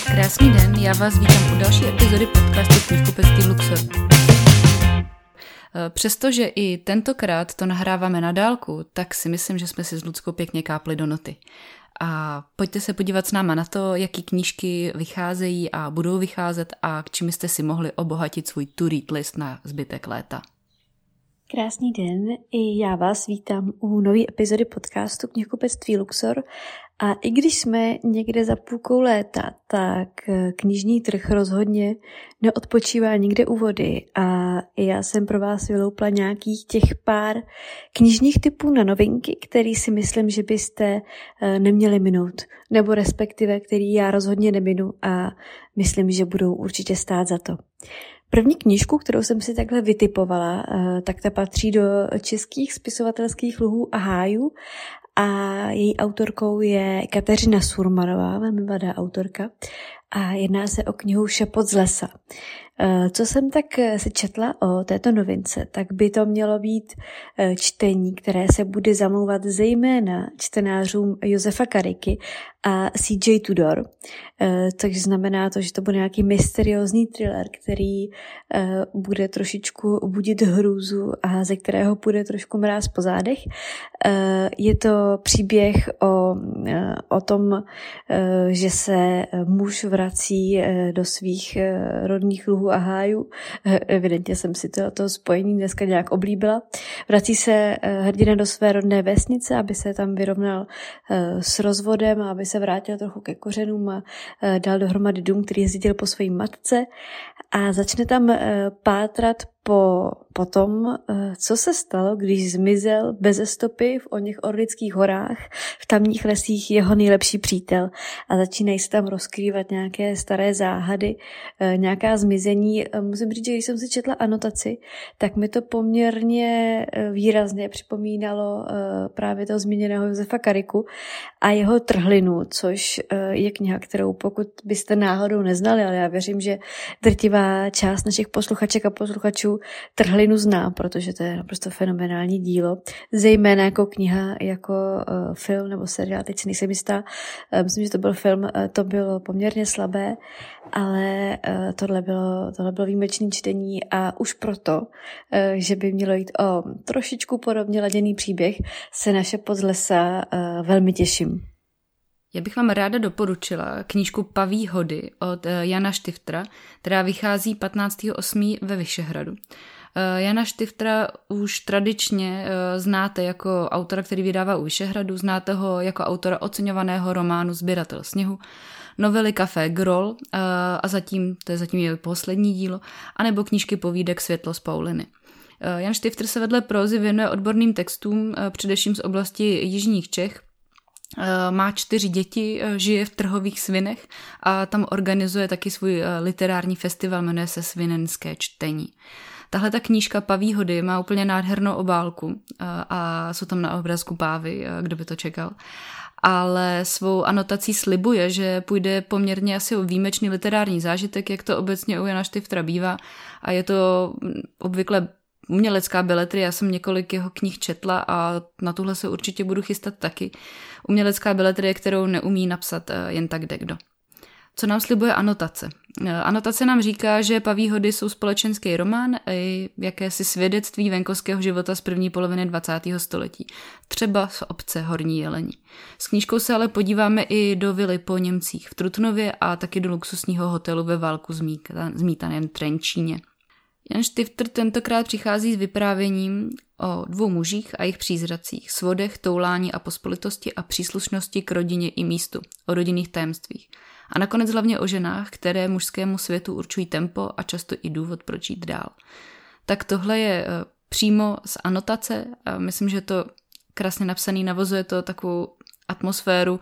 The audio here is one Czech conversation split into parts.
Krásný den, já vás vítám u další epizody podcastu Knihkupectví Luxor. Přestože i tentokrát to nahráváme na dálku, tak si myslím, že jsme si s Luckou pěkně kápli do noty. A pojďte se podívat s náma na to, jaký knížky vycházejí a budou vycházet a k čím jste si mohli obohatit svůj to-read list na zbytek léta. Krásný den, i já vás vítám u nové epizody podcastu Knihkupectví Luxor. A i když jsme někde za půlkou léta, tak knižní trh rozhodně neodpočívá nikde u vody a já jsem pro vás vyloupla nějakých těch pár knižních typů na novinky, který si myslím, že byste neměli minout, nebo respektive který já rozhodně neminu a myslím, že budou určitě stát za to. První knížku, kterou jsem si takhle vytipovala, tak ta patří do českých spisovatelských luhů a hájů a její autorkou je Kateřina Surmanová, velmi mladá autorka a jedná se o knihu Šepot z lesa. Co jsem tak si četla o této novince, tak by to mělo být čtení, které se bude zamlouvat zejména čtenářům Josefa Kariky a C.J. Tudor. Takže znamená to, že to bude nějaký mysteriózní thriller, který bude trošičku budit hrůzu a ze kterého půjde trošku mráz po zádech. Je to příběh o tom, že se muž vrací do svých rodných luhů a hájů. Evidentně jsem si to spojení dneska nějak oblíbila. Vrací se hrdina do své rodné vesnice, aby se tam vyrovnal s rozvodem a aby se vrátil trochu ke kořenům a dal dohromady dům, který zdědil po své matce a začne tam pátrat po tom, co se stalo, když zmizel beze stopy v oněch Orlických horách, v tamních lesích jeho nejlepší přítel a začínají se tam rozkrývat nějaké staré záhady, nějaká zmizení. Musím říct, že když jsem si četla anotaci, tak mi to poměrně výrazně připomínalo právě toho zmíněného Josefa Kariku a jeho Trhlinu, což je kniha, kterou pokud byste náhodou neznali, ale já věřím, že drtivá část našich posluchaček a posluchačů Trhlinu zná, protože to je naprosto fenomenální dílo. Zejména jako kniha, jako film nebo seriál, teď si nejsem jistá. Myslím, že to byl film, to bylo poměrně slabé, ale tohle bylo výjimečné čtení a už proto, že by mělo jít o trošičku podobně laděný příběh, se na Šepot z lesa velmi těším. Já bych vám ráda doporučila knížku Paví hody od Jana Štiftra, která vychází 15.8. ve Vyšehradu. Jana Štiftra už tradičně znáte jako autora, který vydává u Vyšehradu, znáte ho jako autora oceňovaného románu Sběratel sněhu, novely Café Grol a to je zatím jeho poslední dílo, anebo knížky povídek Světlo z Pauliny. Jan Štifter se vedle prózy věnuje odborným textům, především z oblasti jižních Čech. Má 4 děti, žije v Trhových Svinech a tam organizuje taky svůj literární festival, jmenuje se Svinenské čtení. Tahle ta knížka Paví hody má úplně nádhernou obálku a jsou tam na obrázku pávy, kdo by to čekal. Ale svou anotací slibuje, že půjde poměrně asi o výjimečný literární zážitek, jak to obecně u Jana Štiftra bývá a je to obvykle umělecká beletrie, já jsem několik jeho knih četla a na tuhle se určitě budu chystat taky. Umělecká beletrie, kterou neumí napsat jen tak kdekdo. Co nám slibuje anotace? Anotace nám říká, že Paví hody jsou společenský román i jakési svědectví venkovského života z první poloviny 20. století. Třeba z obce Horní Jelení. S knížkou se ale podíváme i do vily po Němcích v Trutnově a taky do luxusního hotelu ve Válku zmítaném Trenčíně. Jan Štifter tentokrát přichází s vyprávěním o 2 mužích a jejich přízracích, svodech, toulání a pospolitosti a příslušnosti k rodině i místu, o rodinných tajemstvích. A nakonec hlavně o ženách, které mužskému světu určují tempo a často i důvod, proč jít dál. Tak tohle je přímo z anotace a myslím, že to krásně napsaný, navozuje to takovou atmosféru,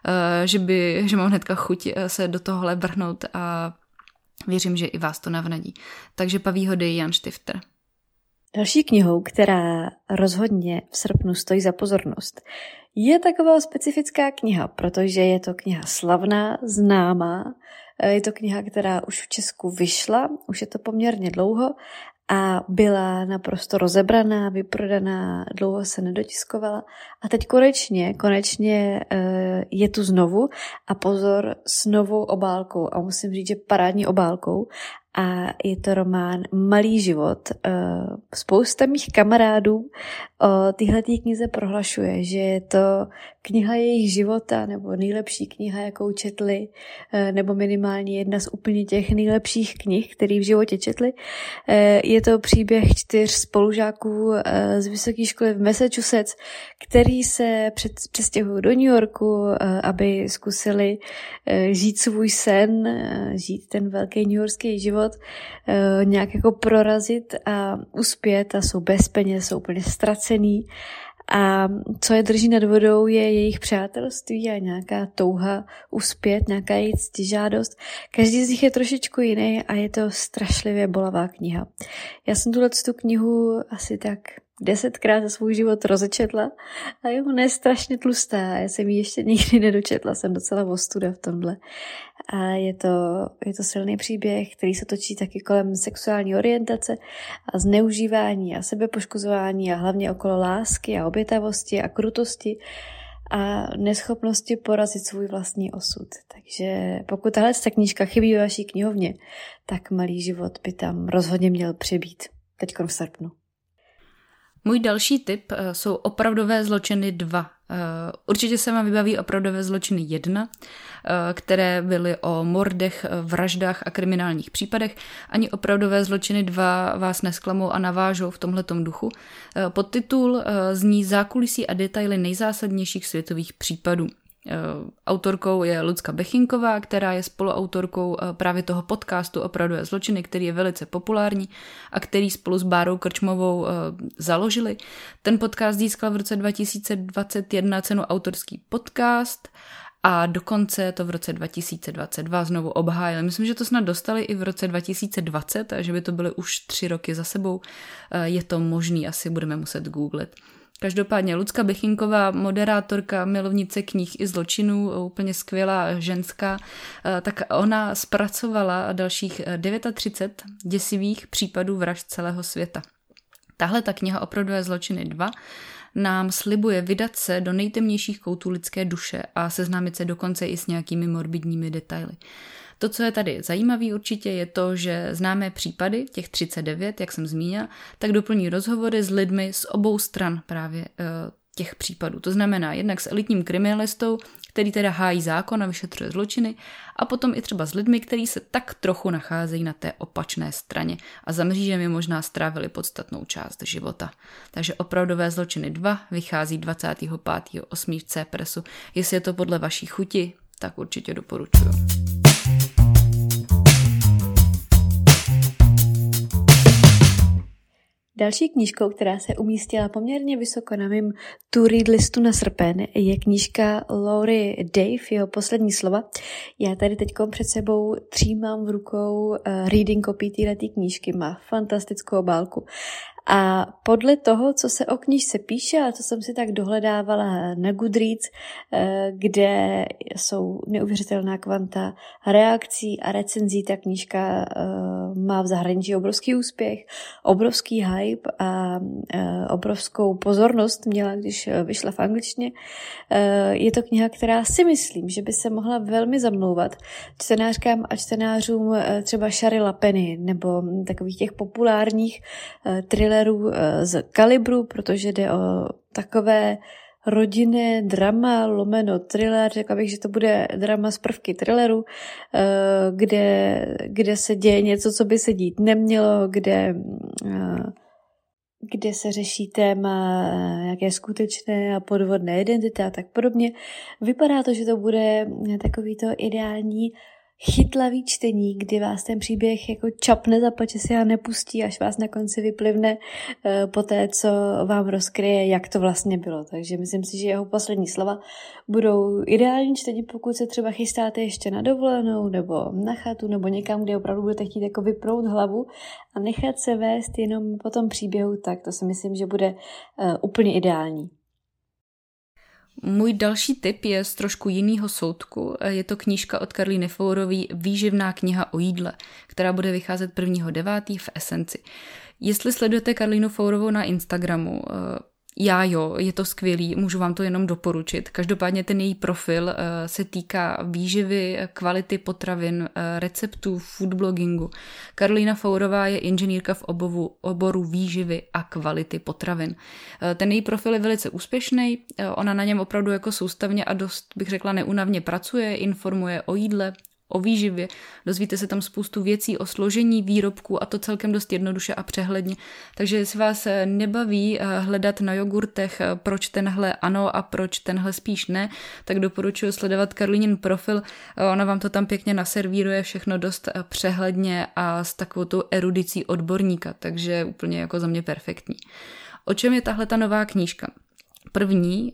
že mám hnedka chuť se do tohohle vrhnout a věřím, že i vás to navnadí. Takže Paví hody Jan Štifter. Další knihou, která rozhodně v srpnu stojí za pozornost, je taková specifická kniha, protože je to kniha slavná, známá, je to kniha, která už v Česku vyšla, už je to poměrně dlouho a byla naprosto rozebraná, vyprodaná, dlouho se nedotiskovala a teď konečně je tu znovu a pozor, s novou obálkou a musím říct, že parádní obálkou a je to román Malý život. Spousta mých kamarádů o téhletý knize prohlašuje, že je to kniha jejich života nebo nejlepší kniha, jakou četli, nebo minimálně jedna z úplně těch nejlepších knih, který v životě četli. Je to příběh 4 spolužáků z vysoké školy v Massachusetts, který se přestěhují do New Yorku, aby zkusili žít svůj sen, žít ten velký newyorský život, nějak jako prorazit a uspět a jsou bez peněz, jsou úplně ztracený. A co je drží nad vodou, je jejich přátelství a nějaká touha uspět, nějaká jejich ctižádost. Každý z nich je trošičku jiný a je to strašlivě bolavá kniha. Já jsem tu knihu asi tak 10krát za svůj život rozečetla a ona je strašně tlustá. Já jsem ji ještě nikdy nedočetla, jsem docela ostuda v tomhle. A je to silný příběh, který se točí taky kolem sexuální orientace a zneužívání a sebepoškozování a hlavně okolo lásky a obětavosti a krutosti a neschopnosti porazit svůj vlastní osud. Takže pokud tahle knížka chybí ve vaší knihovně, tak Malý život by tam rozhodně měl přibýt teďkon v srpnu. Můj další tip jsou Opravdové zločiny 2. Určitě se vám vybaví Opravdové zločiny 1, které byly o mordech, vraždách a kriminálních případech. Ani Opravdové zločiny 2 vás nesklamou a navážou v tomhletom duchu. Podtitul zní Zákulisí a detaily nejzásadnějších světových případů. Autorkou je Lucka Bechinková, která je spoluautorkou právě toho podcastu Opravdové zločiny, který je velice populární a který spolu s Bárou Krčmovou založili. Ten podcast získal v roce 2021 cenu Autorský podcast a dokonce to v roce 2022 znovu obhájili. Myslím, že to snad dostali i v roce 2020, a že by to byly už 3 roky za sebou. Je to možný, asi budeme muset googlit. Každopádně Lucka Bechinková, moderátorka, milovnice knih i zločinů, úplně skvělá ženská, tak ona zpracovala dalších 39 děsivých případů vražd celého světa. Tahle ta kniha Opravdové zločiny 2 nám slibuje vydat se do nejtemnějších koutů lidské duše a seznámit se dokonce i s nějakými morbidními detaily. To, co je tady zajímavé určitě, je to, že známé případy, těch 39, jak jsem zmínila, tak doplní rozhovory s lidmi z obou stran právě těch případů. To znamená jednak s elitním kriminalistou, který teda hájí zákon a vyšetřuje zločiny, a potom i třeba s lidmi, kteří se tak trochu nacházejí na té opačné straně a za mřížemi možná strávili podstatnou část života. Takže Opravdové zločiny 2 vychází 25.8. v C-Pressu. Jestli je to podle vaší chuti, tak určitě doporučuji. Další knížkou, která se umístila poměrně vysoko na mém to-read listu na srpen, je knížka Laurie Dave, Jeho poslední slova. Já tady teď před sebou třímám v rukou reading copy této knížky, má fantastickou obálku. A podle toho, co se o knížce píše a co jsem si tak dohledávala na Goodreads, kde jsou neuvěřitelná kvanta reakcí a recenzí, ta knížka má v zahraničí obrovský úspěch, obrovský hype a obrovskou pozornost měla, když vyšla v angličtině. Je to kniha, která si myslím, že by se mohla velmi zamlouvat čtenářkám a čtenářům třeba Shary Lapeny nebo takových těch populárních thrillerů z kalibru, protože jde o takové rodinné drama lomeno thriller, řekla bych, že to bude drama z prvky thrilleru, kde se děje něco, co by se dít nemělo, kde se řeší téma, jak je skutečné a podvodné identita a tak podobně. Vypadá to, že to bude takový to ideální chytlavý čtení, kdy vás ten příběh jako čapne za pačesy a nepustí, až vás na konci vyplivne po té, co vám rozkryje, jak to vlastně bylo. Takže myslím si, že jeho poslední slova budou ideální čtení, pokud se třeba chystáte ještě na dovolenou nebo na chatu nebo někam, kde opravdu budete chtít jako vyprout hlavu a nechat se vést jenom po tom příběhu, tak to si myslím, že bude úplně ideální. Můj další tip je z trošku jiného soudku. Je to knížka od Karlíny Fourové Výživná kniha o jídle, která bude vycházet 1.9. v Esenci. Jestli sledujete Karlínu Fourovou na Instagramu, je to skvělý, můžu vám to jenom doporučit. Každopádně ten její profil se týká výživy, kvality potravin, receptů, foodblogingu. Karlína Fourová je inženýrka v oboru výživy a kvality potravin. Ten její profil je velice úspěšný, ona na něm opravdu jako soustavně a dost, bych řekla, neúnavně pracuje, informuje o jídle, o výživě, dozvíte se tam spoustu věcí o složení výrobků a to celkem dost jednoduše a přehledně. Takže jestli vás nebaví hledat na jogurtech, proč tenhle ano a proč tenhle spíš ne, tak doporučuji sledovat Karlínin profil. Ona vám to tam pěkně naservíruje, všechno dost přehledně a s takovou tou erudicí odborníka, takže úplně jako za mě perfektní. O čem je tahle ta nová knížka? První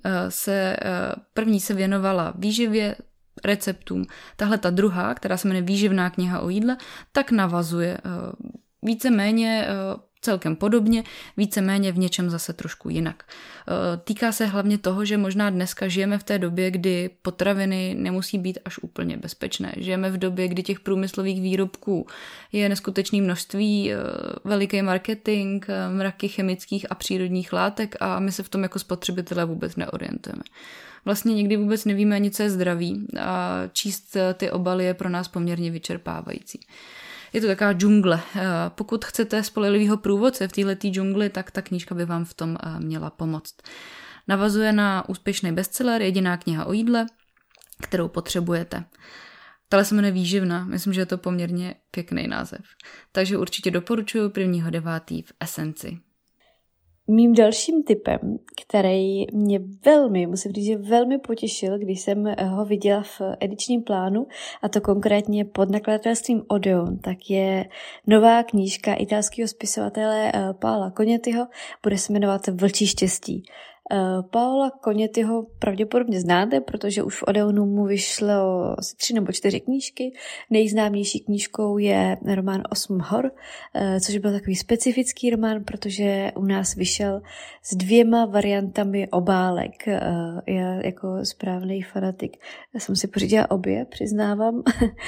se věnovala výživě, receptům. Tahle ta druhá, která se jmenuje Výživná kniha o jídle, tak navazuje víceméně celkem podobně, víceméně v něčem zase trošku jinak. Týká se hlavně toho, že možná dneska žijeme v té době, kdy potraviny nemusí být až úplně bezpečné. Žijeme v době, kdy těch průmyslových výrobků je neskutečné množství, veliký marketing, mraky chemických a přírodních látek a my se v tom jako spotřebitelé vůbec neorientujeme. Vlastně nikdy vůbec nevíme ani, co je zdraví a číst ty obaly je pro nás poměrně vyčerpávající. Je to taková džungle. Pokud chcete spolehlivého průvodce v této džungli, tak ta knížka by vám v tom měla pomoct. Navazuje na úspěšný bestseller Jediná kniha o jídle, kterou potřebujete. Tahle se jmenuje Výživná, myslím, že je to poměrně pěkný název. Takže určitě doporučuji 1.9. v Esenci. Mým dalším tipem, který mě musím říct, že velmi potěšil, když jsem ho viděla v edičním plánu, a to konkrétně pod nakladatelstvím Odeon, tak je nová knížka italského spisovatele Paola Cognetyho, bude se jmenovat Vlčí štěstí. Paola Cognetyho pravděpodobně znáte, protože už v Odeonu mu vyšlo asi 3 nebo 4 knížky. Nejznámější knížkou je román 8 hor, což byl takový specifický román, protože u nás vyšel s 2 variantami obálek. Já jako správný fanatik jsem si pořídila obě, přiznávám.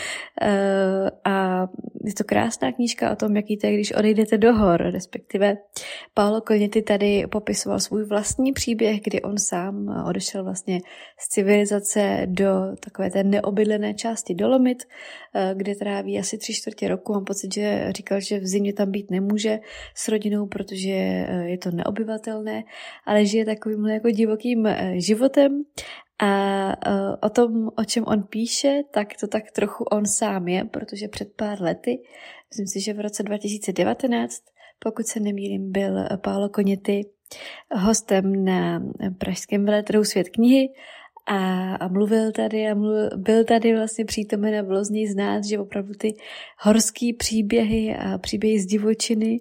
A je to krásná knížka o tom, jaký to je, když odejdete do hor, respektive Paolo Cognety tady popisoval svůj vlastní příběh, kdy on sám odešel vlastně z civilizace do takové té neobydlené části Dolomit, kde tráví asi 3/4 roku. Mám pocit, že říkal, že v zimě tam být nemůže s rodinou, protože je to neobyvatelné, ale žije takovým jako divokým životem. A o tom, o čem on píše, tak to tak trochu on sám je, protože před pár lety, myslím si, že v roce 2019, pokud se nemýlím, byl Paolo Cognety hostem na pražském veletrhu Svět knihy a mluvil tady byl tady vlastně přítomen a bylo z něj znát, že opravdu ty horský příběhy a příběhy z divočiny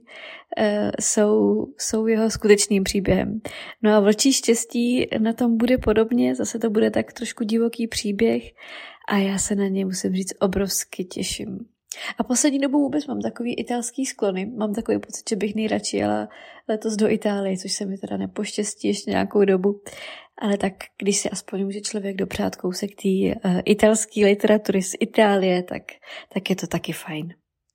jsou jeho skutečným příběhem. No a Vlčí štěstí na tom bude podobně, zase to bude tak trošku divoký příběh a já se na něj, musím říct, obrovsky těším. A poslední dobou vůbec mám takový italský sklony. Mám takový pocit, že bych nejradši jela letos do Itálie, což se mi teda nepoštěstí ještě nějakou dobu. Ale tak, když si aspoň může člověk dopřát kousek té italské literatury z Itálie, tak je to taky fajn.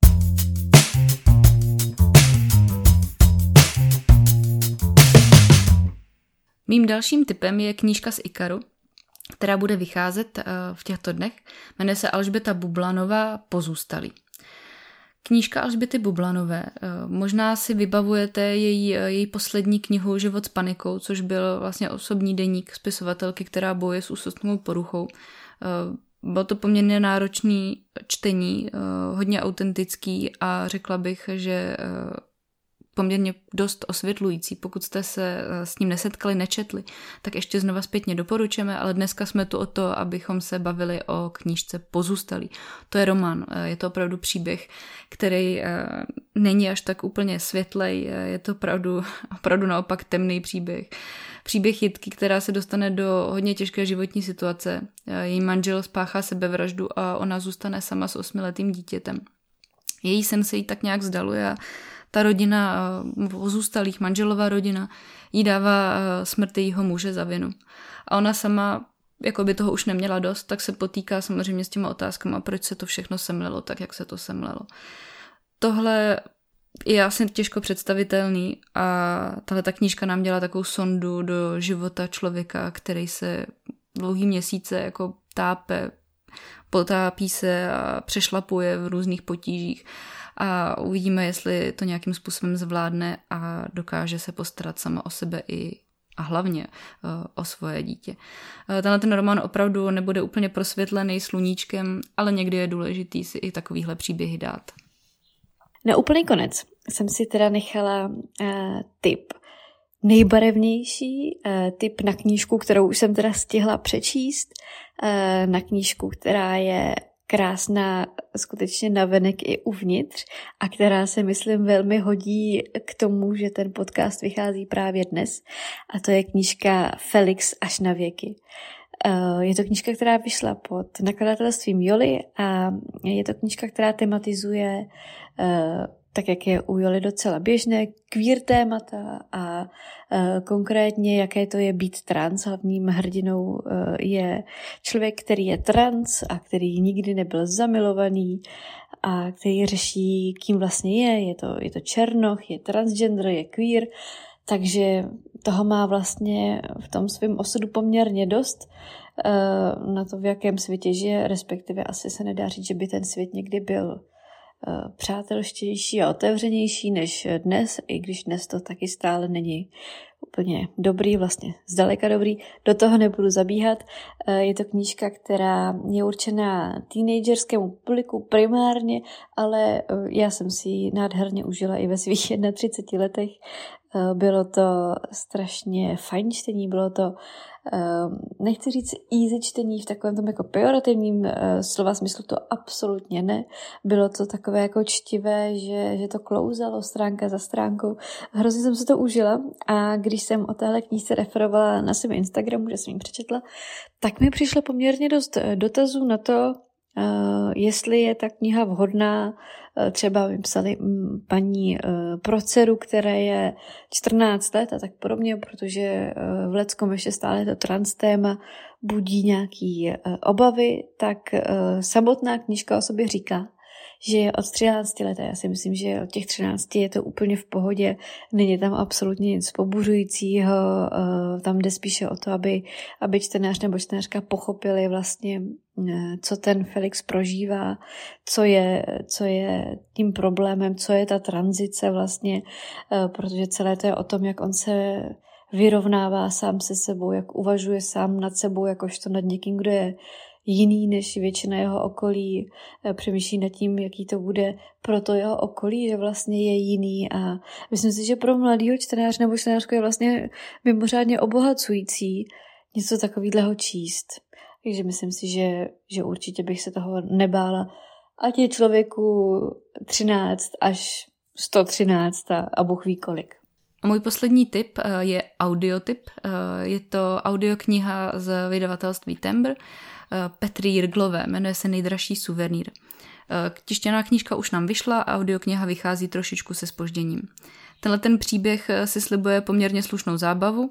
Mým dalším tipem je knížka z Ikaru, která bude vycházet v těchto dnech. Jmenuje se Alžběta Bublanová Pozůstalí. Knížka Alžběty Bublanové. Možná si vybavujete její poslední knihu Život s panikou, což byl vlastně osobní deník spisovatelky, která bojuje s úzkostnou poruchou. Bylo to poměrně náročné čtení, hodně autentický a řekla bych, že poměrně dost osvětlující. Pokud jste se s ním nesetkali, nečetli, tak ještě znova zpětně doporučujeme, ale dneska jsme tu o to, abychom se bavili o knížce Pozůstalí. To je román, je to opravdu příběh, který není až tak úplně světlej, je to opravdu naopak temný příběh. Příběh Jitky, která se dostane do hodně těžké životní situace. Její manžel spáchá sebevraždu a ona zůstane sama s 8letým dítětem. Její sen se jí tak nějak vzdaluje a Ta rodina pozůstalých, manželová rodina, jí dává smrt jejího muže za vinu. A ona sama jako by toho už neměla dost, tak se potýká samozřejmě s těma otázkama, proč se to všechno semlelo tak, jak se to semlelo. Tohle je asi těžko představitelný a tahle ta knížka nám dělá takovou sondu do života člověka, který se dlouhý měsíce jako potápí se a přešlapuje v různých potížích a uvidíme, jestli to nějakým způsobem zvládne a dokáže se postarat sama o sebe a hlavně o svoje dítě. Tenhle ten román opravdu nebude úplně prosvětlený sluníčkem, ale někdy je důležitý si i takovýhle příběhy dát. Na úplný konec jsem si teda nechala tip nejbarevnější, tip na knížku, kterou už jsem teda stihla přečíst, na knížku, která je krásná skutečně navenek i uvnitř a která se, myslím, velmi hodí k tomu, že ten podcast vychází právě dnes. A to je knížka Felix až na věky. Je to knížka, která vyšla pod nakladatelstvím Jolly a je to knížka, která tematizuje, tak jak je u Jolly docela běžné, queer témata a konkrétně, jaké to je být trans. Hlavním hrdinou je člověk, který je trans a který nikdy nebyl zamilovaný a který řeší, kým vlastně je. Je to černoch, je transgender, je queer, takže toho má vlastně v tom svém osudu poměrně dost na to, v jakém světě žije, respektive asi se nedá říct, že by ten svět někdy byl přátelštější a otevřenější než dnes, i když dnes to taky stále není úplně dobrý, vlastně zdaleka dobrý. Do toho nebudu zabíhat. Je to knížka, která je určená teenagerskému publiku primárně, ale já jsem si ji nádherně užila i ve svých 31 letech. Bylo to strašně fajn čtení, bylo to, nechci říct easy čtení v takovém tom jako pejorativním slova smyslu, to absolutně ne. Bylo to takové jako čtivé, že to klouzalo stránka za stránkou. Hrozně jsem se to užila a když jsem o téhle knížce referovala na svém Instagramu, že jsem ji přečetla, tak mi přišlo poměrně dost dotazů na to, jestli je ta kniha vhodná, třeba mi psali paní pro dceru, které je 14 let a tak podobně, protože v leckom ještě stále to trans téma budí nějaký obavy, tak samotná knížka o sobě říká, že je od 13 let. Já si myslím, že od těch 13 je to úplně v pohodě, není tam absolutně nic pobuřujícího, tam jde spíše o to, aby čtenář nebo čtenářka pochopili vlastně, co ten Felix prožívá, co je tím problémem, co je ta tranzice vlastně, protože celé to je o tom, jak on se vyrovnává sám se sebou, jak uvažuje sám nad sebou, jakožto nad někým, kdo je jiný než většina jeho okolí, přemýšlí nad tím, jaký to bude pro to jeho okolí, že vlastně je jiný a myslím si, že pro mladýho čtenáře nebo čtenářku je vlastně mimořádně obohacující něco takového číst. Takže myslím si, že určitě bych se toho nebála. Ať je člověku 13 až 113 a Bůh ví kolik. A můj poslední tip je audiotip. Je to audiokniha z vydavatelství Tembr Petry Jirglové, jmenuje se Nejdražší suvenýr. Tištěná knížka už nám vyšla a audiokniha vychází trošičku se zpožděním. Tenhle ten příběh si slibuje poměrně slušnou zábavu.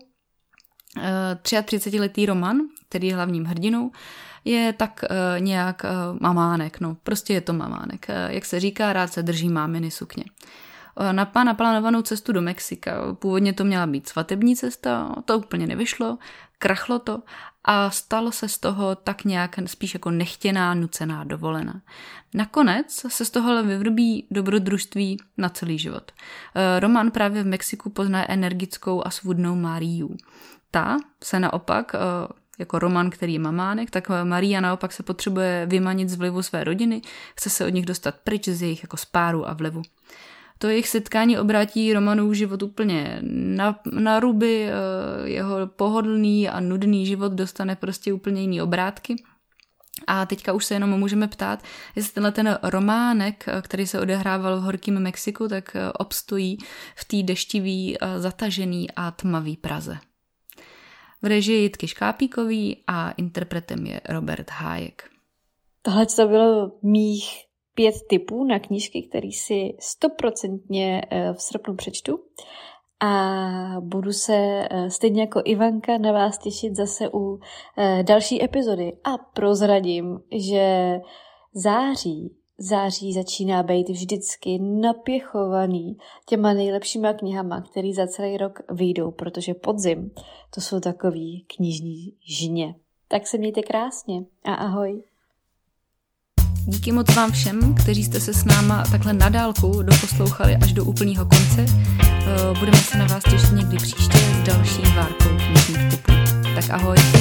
33letý Roman, který je hlavním hrdinou, je tak nějak mamánek, no prostě je to mamánek. Jak se říká, rád se drží máminy sukně. Má naplánovanou cestu do Mexika. Původně to měla být svatební cesta, to úplně nevyšlo, krachlo to a stalo se z toho tak nějak spíš jako nechtěná, nucená dovolená. Nakonec se z toho vyvrbí dobrodružství na celý život. Roman právě v Mexiku pozná energickou a svůdnou Mariu. Ta se naopak, jako Roman, který je mamánek, tak Maria naopak se potřebuje vymanit z vlivu své rodiny, chce se od nich dostat pryč z jejich jako spáru a vlivu. To jejich setkání obrátí Romanův život úplně na ruby, jeho pohodlný a nudný život dostane prostě úplně jiný obrátky. A teďka už se jenom můžeme ptát, jestli tenhle ten románek, který se odehrával v horkém Mexiku, tak obstojí v té deštivý, zatažený a tmavý Praze. V režii Jitky Škápíkový a interpretem je Robert Hájek. Tohle to bylo mých 5 tipů na knížky, které si 100% v srpnu přečtu. A budu se stejně jako Ivanka na vás těšit zase u další epizody. A prozradím, že září začíná být vždycky napěchovaný těma nejlepšíma knihama, které za celý rok vyjdou, protože podzim to jsou takový knižní žně. Tak se mějte krásně a ahoj. Díky moc vám všem, kteří jste se s náma takhle na dálku doposlouchali až do úplného konce. Budeme se na vás těšit někdy příště s další várkou knižních tipů. Tak ahoj.